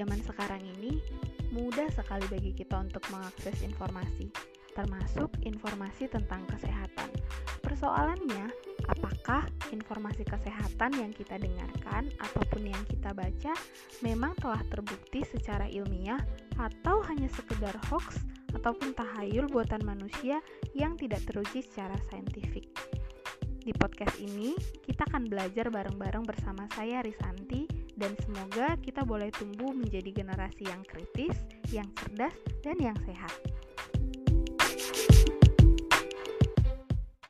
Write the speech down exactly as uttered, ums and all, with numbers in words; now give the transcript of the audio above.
zaman sekarang ini, mudah sekali bagi kita untuk mengakses informasi, termasuk informasi tentang kesehatan. Persoalannya, apakah informasi kesehatan yang kita dengarkan ataupun yang kita baca memang telah terbukti secara ilmiah atau hanya sekedar hoax ataupun tahayul buatan manusia yang tidak teruji secara saintifik? Di podcast ini, kita akan belajar bareng-bareng bersama saya Risanti, dan semoga kita boleh tumbuh menjadi generasi yang kritis, yang cerdas, dan yang sehat.